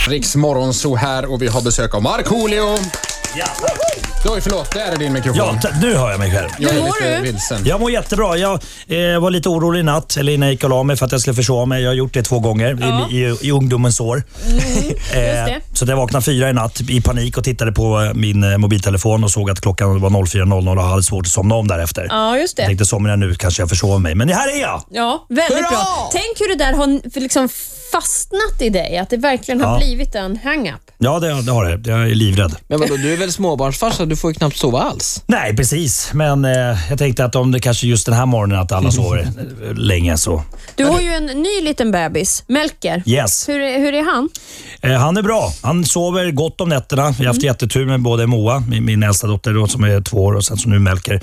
Riks Morgonzoo här och vi har besök av Markoolio. Ja. Oj, förlåt, där är din mikrofon. Ja, nu hör jag mig själv. Jag är Hur mår lite du? vilsen. Jag mår jättebra. Jag var lite orolig i natt, eller innan jag gick och la mig för att jag skulle försova mig. Jag har gjort det 2 gånger i ungdomens år. Just det. Så jag vaknade 4 i natt i panik och tittade på min mobiltelefon och såg att klockan var 04.00 och hade svårt att somna om därefter. Ja, just Jag det. tänkte somna nu kanske jag försover mig. Men här är jag! Ja, väldigt Hurra! bra. Tänk hur det där har liksom fastnat i dig. Att det verkligen har blivit en hang-up. Ja, det har det. Jag är livrädd. Men vadå, du är väl småbarnsfarsa? Du får ju knappt sova alls. Nej, precis. Men jag tänkte att om det kanske just den här morgonen att alla sover länge så... Du har ju en ny liten bebis, Melker. Yes. Hur är han? Han är bra. Han sover gott om nätterna. Vi har haft jättetur med både Moa, min äldsta dotter då, som är 2 år, och sen så nu Melker.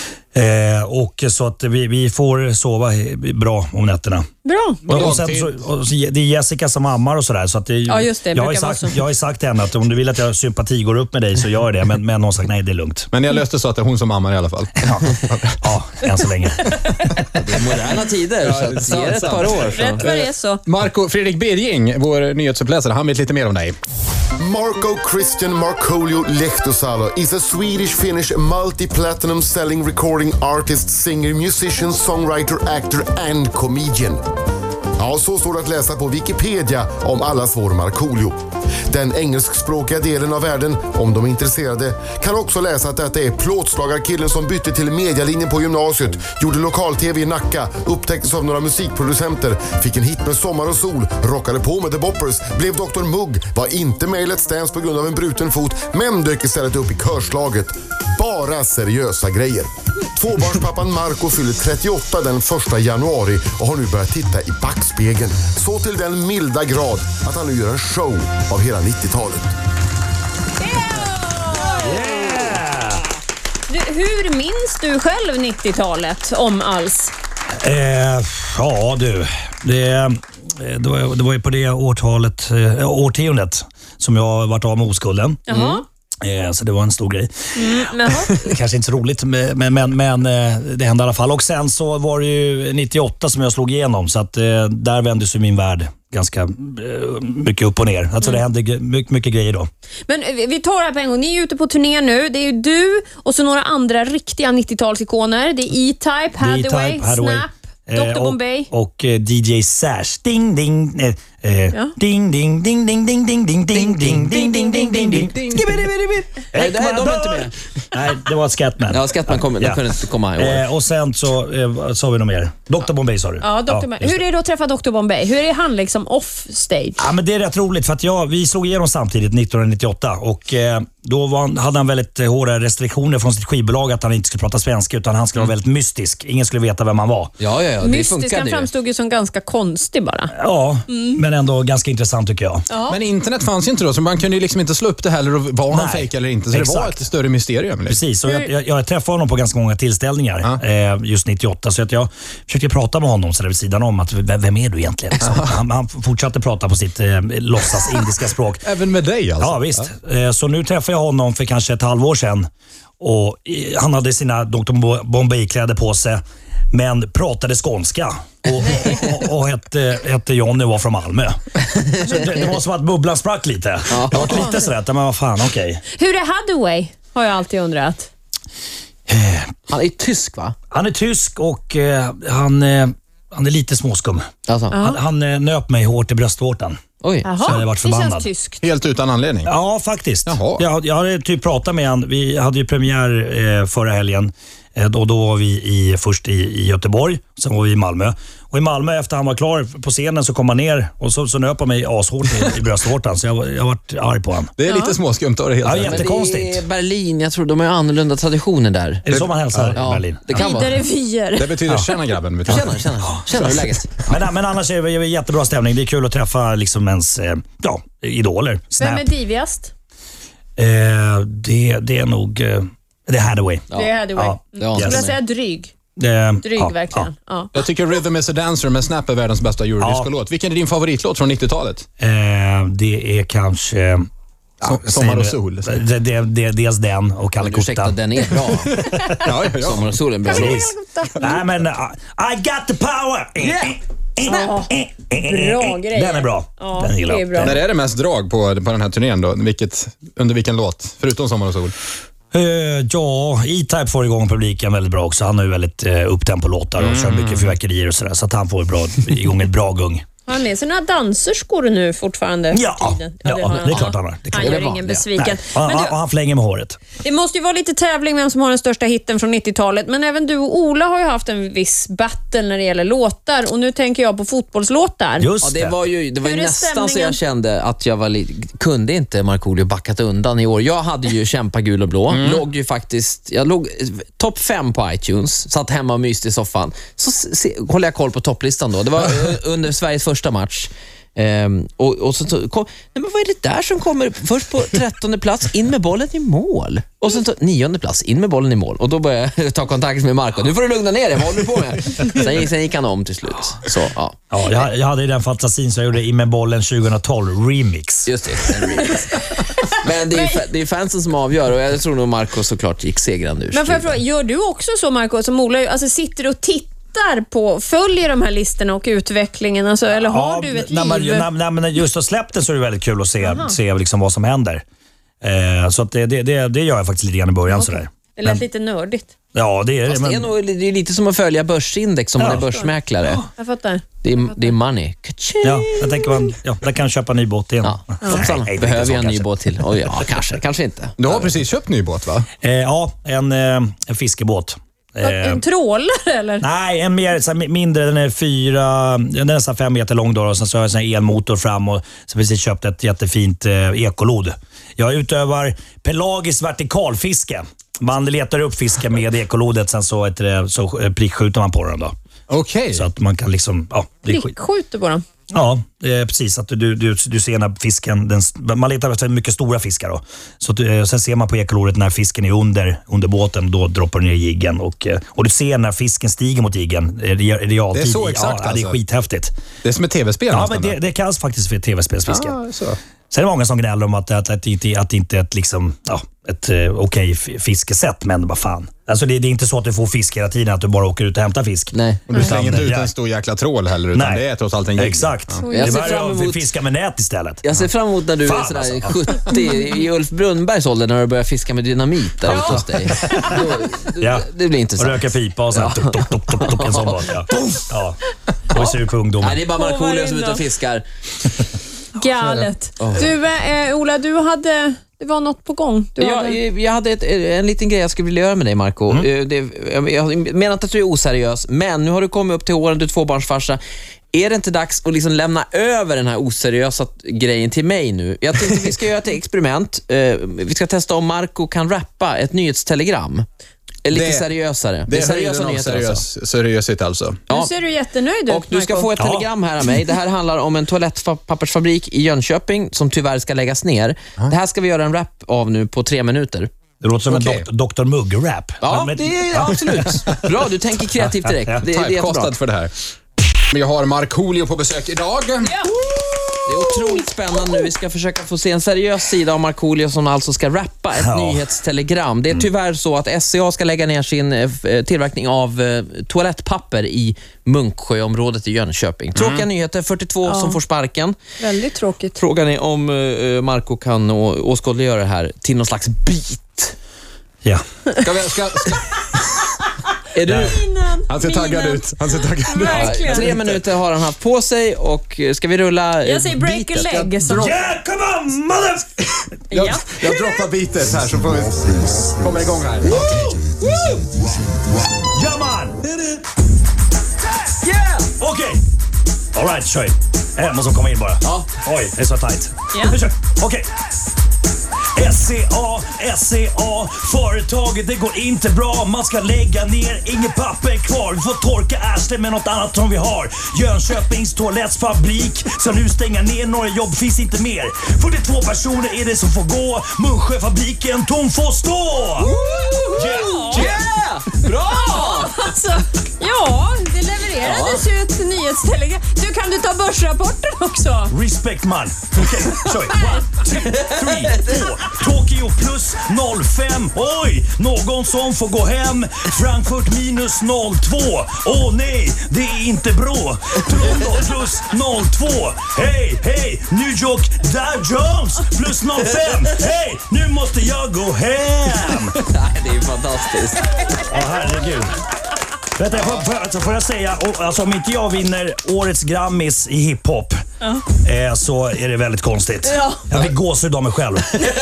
Och så att vi får sova bra om nätterna. Bra. Och sen det är Jessica som ammar och sådär. Så att Ja, just det. jag har ju sagt till henne att om du vill att jag sympati går upp med dig så gör det. Men hon har sagt nej, det är lugnt. Men jag löste så att det är hon som ammar i alla fall. Ja, än så länge. Det är moderna tider, så att ge ett par år. Så. Rätt vad det är så. Marco Fredrik Birging, vår nyhetsuppläsare, han vet lite mer om dig. Marco Christian Markoolio Lehtosalo is a Swedish-Finnish multi-platinum selling recording artist, singer, musician, songwriter, actor and comedian. Ja, så står det att läsa på Wikipedia om allas vår Markoolio. Den engelskspråkiga delen av världen, om de är intresserade, kan också läsa att detta är plåtslagarkillen som bytte till medialinjen på gymnasiet, gjorde lokal-tv i Nacka, upptäcktes av några musikproducenter, fick en hit med Sommar och sol, rockade på med The Boppers, blev Dr. Mugg, var inte med i Let's Dance på grund av en bruten fot, men dök istället upp i körslaget. Bara seriösa grejer. Tvåbarnspappan Marco fyller 38 den 1 januari och har nu börjat titta i backspegeln. Så till den milda grad att han nu gör en show av hela 90-talet. Hur minns du själv 90-talet, om alls? Ja du, det var ju på det årtiondet som jag varit av med oskulden. Jaha. Så det var en stor grej. Men, Kanske inte så roligt, men det hände i alla fall. Och sen så var det ju 98 som jag slog igenom, så att där vände sig min värld ganska mycket upp och ner. Alltså det hände mycket grejer då. men vi tar det här på en gång. Ni är ute på turné nu. Det är ju du och så några andra riktiga 90-talsikoner. Det är E-Type, Hathaway, Snap, Dr. Bombay. Och DJ Sash. Ding, ding. Ding, ding, ding, ding, ding, ding, ding, ding, ding, ding, ding, ding, ding, ding. Nej, de är inte med. Nej, det var Scatman. Ja, Scatman kunde inte komma i år. Och sen så sa vi nog mer. Dr. Bombay sa du. Ja, Dr. Bombay. Hur är det att träffa Dr. Bombay? Hur är han liksom off stage? Ja, men det är rätt roligt för att vi slog igenom samtidigt 1998 och då hade han väldigt hårda restriktioner från sitt skivbolag att han inte skulle prata svenska utan han skulle vara väldigt mystisk. Ingen skulle veta vem han var. Ja, det Mystisk, funkade han ju. framstod ju som ganska konstig bara. Ja, men ändå ganska intressant tycker jag. Ja. Men internet fanns ju inte då, så man kunde ju liksom inte slå upp det heller och var han Nej, fake eller inte. Så det var exakt. ett större mysterium. Liksom. Precis, och jag träffade honom på ganska många tillställningar just 98 så att jag försökte prata med honom så där vid sidan om att vem är du egentligen? Så han fortsatte prata på sitt låtsas indiska språk. Även med dig alltså? Ja, visst. Så nu träffade jag honom för kanske ett halvår sedan och han hade sina Dr. Bombay-kläder på sig men pratade skånska och hette Johnny och var från Malmö. Så det var som att bubblan sprack lite. Jag var lite sådär, men vad fan, okej. Hur är Hathaway? Har jag alltid undrat. Han är tysk, va? Han är tysk och han är lite småskum. Alltså. Han nöp mig hårt i bröstvårtan. Oj. Jaha, Så jag hade varit det förbannad. känns tyskt. Helt utan anledning? Ja, faktiskt. Jaha. Jag hade typ pratat med han. Vi hade ju premiär förra helgen. Då var vi först i Göteborg, sen var vi i Malmö. Och i Malmö efter han var klar på scenen så kom han ner och så nöp han mig ashårt i bröstvårtan. Så jag varit arg på han. Det är lite småskumt då, det helt Ja, rätt. Men jättekonstigt. det är Berlin, jag tror de har annorlunda traditioner där. Är det så man hälsar i Berlin? Det kan vara. Vidare vyer. Det betyder tjena grabben. Tjena, hur är läget? Men annars är det jättebra stämning. Det är kul att träffa liksom ens idoler. Snap. Vem är divigast? Det är nog det är Hathaway. Det är Hathaway. Ja. Skulle jag säga dryg? Dryg verkligen. Ja. Jag tycker Rhythm is a Dancer med Snap är världens bästa Eurodisco-låt. Vilken är din favoritlåt från 90-talet? Det är kanske... Sommar och sol. Dels den och Kalle Ursäkta, Kotta. den är bra. Ja. Sommar och sol är bra. Precis. Nej men I got the power. Bra grej. Den är bra. Ja, den gillar det är bra. När är det mest drag på den här turnén då? Under vilken låt? Förutom Sommar och sol? Ja, E-Type får igång publiken väldigt bra också. Han har ju väldigt upptempo-låtar och kör mycket fyrverkerier och sådär. Så att han får igång ett bra gung. Har han med sig några danserskor nu fortfarande? Ja, det är klart han har. Han gör ingen besviken. Men han flänger med håret. Det måste ju vara lite tävling vem som har den största hitten från 90-talet. Men även du och Ola har ju haft en viss battle när det gäller låtar. Och nu tänker jag på fotbollslåtar. Just det var ju nästan stämningen? så jag kände att jag kunde inte Markoolio backat undan i år. Jag hade ju kämpa gul och blå. Jag låg topp 5 på iTunes. Satt hemma och myste i soffan. Så håller jag koll på topplistan då. Det var under Sveriges första match. Och så kom, men vad är det där som kommer först på 13:e plats, in med bollen i mål, och sen 9:e plats, in med bollen i mål, och då började jag ta kontakt med Marco. Nu får du lugna ner dig, vad håller du på med? Sen gick han om till slut. Så, ja. Jag hade i den fantasin så jag gjorde in med bollen 2012 remix. Just det, en remix. Men det är fansen som avgör, och jag tror nog Marco såklart gick segrande ur. Men får jag fråga, gör du också så, Marco, som Ola, alltså sitter och följer de här listorna och utvecklingen, alltså, eller har du ett liv? Men just att släppte så är det väldigt kul att se liksom vad som händer. Så att det gör jag faktiskt lite grann i början. Okay. Sådär. Det lät lite nördigt. Ja, det är det. Det är lite som att följa börsindex om man är börsmäklare. Jag fattar. Det är money. Ja, jag tänker där kan köpa en ny båt igen. Nej, behöver jag en ny båt till? Kanske inte. Du har precis köpt ny båt, va? Ja, en fiskebåt. En trålare eller? Nej, en mer mindre. Den är nästan 5 meter lång då, och sen så har jag en elmotor fram, och så precis köpt ett jättefint ekolod. Jag utövar pelagisk vertikalfiske. Man letar upp fiske med ekolodet, sen så prickskjuter man på den då. Okej. Så att man kan liksom... Prickskjuter på den? Ja, precis. Att du ser när fisken... man letar efter mycket stora fiskar då. Så sen ser man på ekolodet när fisken är under båten, då droppar den ner i jiggen. Och du ser när fisken stiger mot jiggen. Det är så exakt alltså. Det är skithäftigt. Det är som ett tv-spel. Ja, men det kallas faktiskt för ett tv-spelsfiske. Sen är det många som gnäller om att det inte är ett, liksom, ett okej fiskesätt, men vad fan. Alltså det är inte så att du får fisk hela tiden, att du bara åker ut och hämtar fisk. Nej. Och du slänger inte ut en stor jäkla trål heller, utan det är trots allt en jigg. Exakt. Ja. Det är bara fiska med nät istället. Jag ser fram emot när du är sådär 70 i Ulf Brunnbergs ålder, när du börjar fiska med dynamit där ute hos dig. Det blir intressant. Och röka pipa och sen en sån båt. Ja. Och ser ut på ungdomar. Nej, det är bara Markoolio som är ute och fiskar. Galet. Du, Ola, det var något på gång. Jag hade en liten grej jag skulle vilja göra med dig, Marco. Jag menar inte att du är oseriös, men nu har du kommit upp till åren, du är tvåbarnsfarsa. Är det inte dags att liksom lämna över den här oseriösa grejen till mig nu? Jag tänkte vi ska göra ett experiment. Vi ska testa om Marco kan rappa ett nyhetstelegram. Lite seriösare. Det är seriösa nyheter. Seriösigt alltså. Ja. Nu ser du jättenöjd ut, och du ska få ett telegram här av mig. Det här handlar om en toalettpappersfabrik i Jönköping som tyvärr ska läggas ner. Det här ska vi göra en rap av nu på 3 minuter. Det låter som en Dr. Mugg-rap. Ja, det är absolut. Bra, du tänker kreativt direkt. Det är jättebra. För det här. Jag har Markoolio på besök idag. Det är otroligt spännande nu. Vi ska försöka få se en seriös sida av Markoolio som alltså ska rappa ett nyhetstelegram. Det är tyvärr så att SCA ska lägga ner sin tillverkning av toalettpapper i Munksjöområdet i Jönköping. Tråkiga nyheter, 42 som får sparken. Väldigt tråkigt. Frågan är om Marco kan åskådliggöra det här till någon slags beat. Ja. Ska är du? Han ser taggad ut. Verkligen. 3 minuter har han haft på sig, och ska vi rulla? Jag säger break a leg. Yeah, come on, mother! Jag droppar beatet här så får vi komma igång här. Ja, man! Yeah! Okej. All right, kör. Jag måste komma in bara. Ja. Oj, det är så tight. Ja. Okej. SCA, företaget det går inte bra. Man ska lägga ner, inget papper kvar. Vi får torka arslet med något annat som vi har. Jönköpings toalettfabrik ska nu stänga ner, några jobb finns inte mer. 42 personer är det som får gå. Munksjöfabriken tom får stå. Yeah! Bra! Alltså, det levererades ju ett nyhetstelegram. Du, kan du ta börsrapporten också? Respect man. Okej, kör vi. 1, 2, 3, 4. Tokyo plus 05. Oj, någon som får gå hem. Frankfurt minus 02. Åh nej, det är inte bra. Toronto plus 02. Hej, New York Dow Jones plus 05. Hej, nu måste jag gå hem. Nej, det är ju fantastiskt. Ja, herregud. Får jag säga, alltså, om inte jag vinner årets Grammis i hiphop så är det väldigt konstigt. Ja. Jag fick gåshud av mig själv.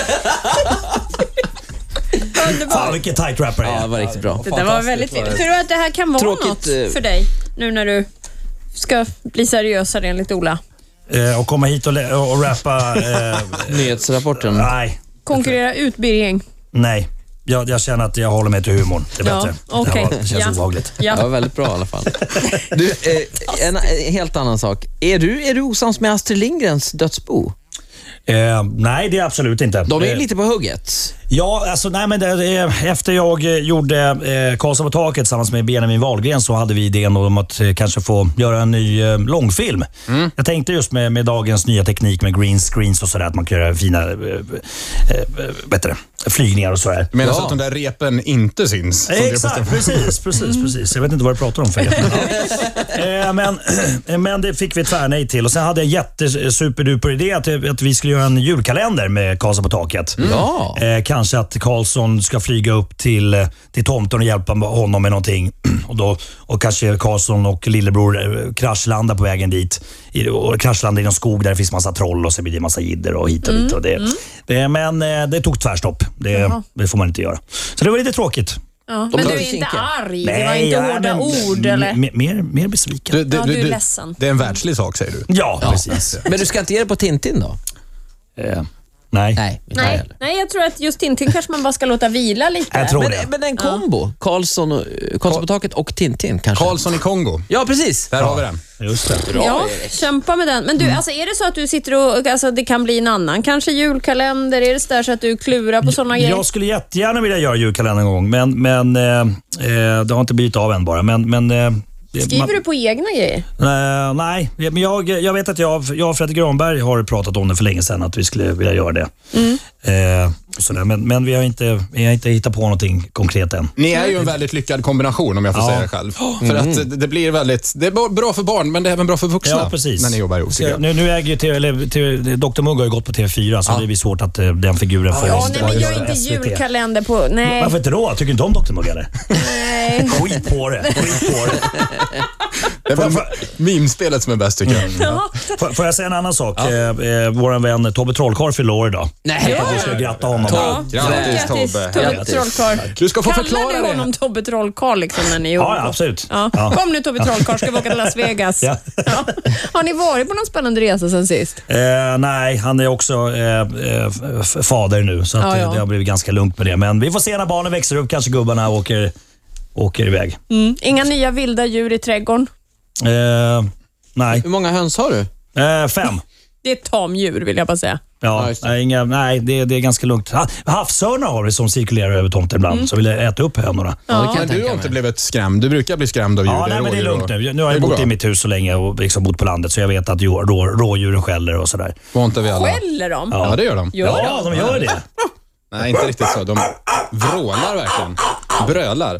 Fan, vilken tight rapper Ja, det var riktigt bra. Det var väldigt fint. Tror du att det här kan vara något för dig nu när du ska bli seriösare enligt Ola? Och komma hit och rappa... Nyhetsrapporten? Nej. Konkurrera ut Birging? Nej. Jag känner att jag håller mig till humorn. Det är bättre. Okay. Det känns obehagligt. Ja. Det var väldigt bra i alla fall. Du, en helt annan sak. Är du osams med Astrid Lindgrens dödsbo? Nej, det är absolut inte. De är lite på hugget. Ja, alltså nej, men efter jag gjorde Karlsson på taket tillsammans med Benjamin Wahlgren så hade vi idén om att kanske få göra en ny långfilm. Jag tänkte just med dagens nya teknik med green screens och sådär att man kan göra fina flygningar och sådär. Men så att de där repen inte syns? Exakt, precis. Jag vet inte vad du pratar om för men det fick vi tvärnej till. Och sen hade jag superduper idé att vi skulle göra en julkalender med Karlsson på taket. Ja. Kanske att Karlsson ska flyga upp till tomten och hjälpa honom med någonting. Och kanske Karlsson och lillebror kraschlandar på vägen dit. Och kraschlandar i någon skog där det finns massa troll och så blir det massa jidder och hit och dit. Och men det tog tvärstopp. Det får man inte göra. Så det var lite tråkigt. Ja. Men du är inte arg? Det var inte hårda ord? Eller? Mer besviken. Du är ledsen. Det är en världslig sak, säger du? Ja, precis. Men du ska inte ge det på Tintin då? Nej, jag tror att just Tintin kanske man bara ska låta vila lite. Jag tror det. Men en kombo. Karlsson på taket och Tintin kanske. Karlsson i Kongo. Ja, precis. Där har vi den. Just det. Bra, ja, kämpa med den. Men du, alltså, är det så att du sitter och det kan bli en annan kanske julkalender? Är det så där så att du klurar på sådana grejer? Jag skulle jättegärna vilja göra julkalender en gång, men det har inte blivit av än bara. Skriver du på egna grejer? Nej, men jag vet att jag och Fredrik Granberg har pratat om det för länge sedan att vi skulle vilja göra det. Men vi har inte hittat på någonting konkret än. Ni är ju en väldigt lyckad kombination om jag får säga det själv. För att det blir det är bra för barn men det är även bra för vuxna. Ja, precis. När ni jobbar ihop. Nu äger ju Dr. Mugg har ju gått på TV4 så det blir svårt att den figuren får nej, men gör inte julkalender på... Nej. Varför inte då? Tycker inte om Dr. Mugg eller? Nej. Skit på det. Det är meme-spelet som är bäst tycker jag. Får jag säga en annan sak? Vår vän Tobbe Trollkarl fyller år idag. Nej. Vi ska gratta honom. Grattis Tobbe. Trollkarl. Du ska få förklara det. Kallar du honom Tobbe Trollkarl liksom när ni jobbar? Ja, absolut. Ja. Kom nu Tobbe Trollkarl, ska vi åka till Las Vegas? Ja. Har ni varit på någon spännande resa sen sist? Nej, han är också fader nu så att det har blivit ganska lugnt med det. Men vi får se när barnen växer upp, kanske gubbarna åker iväg. Inga nya vilda djur i trädgården? Nej. Hur många höns har du? 5. Det är tamdjur vill jag bara säga. Ja, det är ganska lugnt. Havsörnar har vi som cirkulerar över tomten ibland så vill jag äta upp hönorna. Ja. Men du har inte blivit skrämd. Du brukar bli skrämd av djur. Ja, nej, men det är lugnt nu. Nu har jag bott i mitt hus så länge och liksom bott på landet så jag vet att rådjuren skäller och sådär. Var inte vi alla? Skäller de? Ja, det gör de. Ja, de gör det. Nej, inte riktigt så. De vrålar verkligen. Brölar.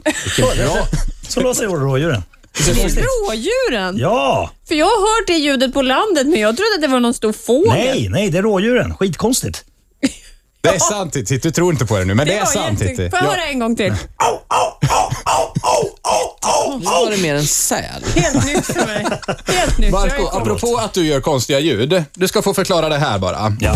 Så låter rådjuren. Det är rådjuren? Ja. För jag har hört det ljudet på landet men jag trodde att det var någon stor fågel. Nej, det är rådjuren. Skitkonstigt. Det är sant, Titti. Du tror inte på det nu, men det är sant, Titti. Får jag höra en gång till? Nu var det mer en säl. Helt nytt för mig. Helt nytt. Marco, apropå att du gör konstiga ljud, du ska få förklara det här bara. Ja.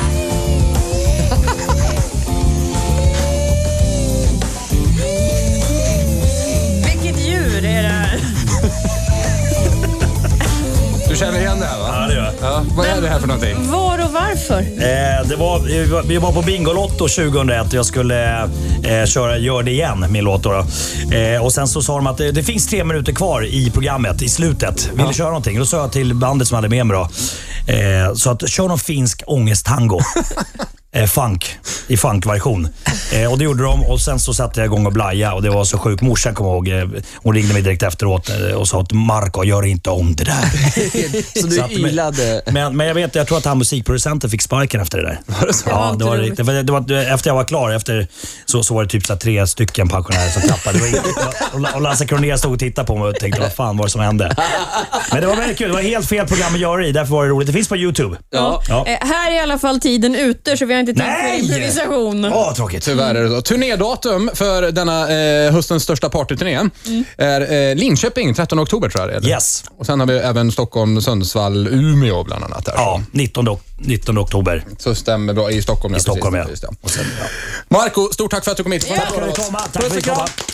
Du känner igen det här va? Ja, det gör jag. Ja, vad är det här för någonting? Var och varför? Vi var på Bingolotto 2001 och jag skulle köra Gör det igen, min låt då. Och sen så sa de att det finns 3 minuter kvar i programmet, i slutet. Vill du köra någonting? Då sa jag till bandet som hade med mig då. Så att kör någon finsk ångesttango. i funkversion. Och det gjorde de och sen så satte jag igång och blaja och det var så sjukt. Morsan kom ihåg, hon ringde mig direkt efteråt och sa att Marco, gör inte om det där. Så du ylade. Men jag tror att han musikproducenten fick sparken efter det där. Var det så? Ja, det var efter jag var klar, så var det typ så 3 stycken pensionärer som klappade. Och Lasse Kronér stod och tittade på mig och tänkte, vad fan var det som hände? Men det var väldigt kul, det var helt fel program att göra i, därför var det roligt. Det finns på YouTube. Ja. Här är i alla fall tiden ute, så vi har inte tid för improvisation. Tråkigt. Tyvärr är det så. Turnédatum för denna höstens största partyturné är Linköping, 13 oktober tror jag det är. Yes. Och sen har vi även Stockholm, Sundsvall, Umeå bland annat. Där. Ja, 19 oktober. Så stämmer bra i Stockholm. I Stockholm, precis. Och sen, Marco, stort tack för att du kom hit. Tack för att du kom.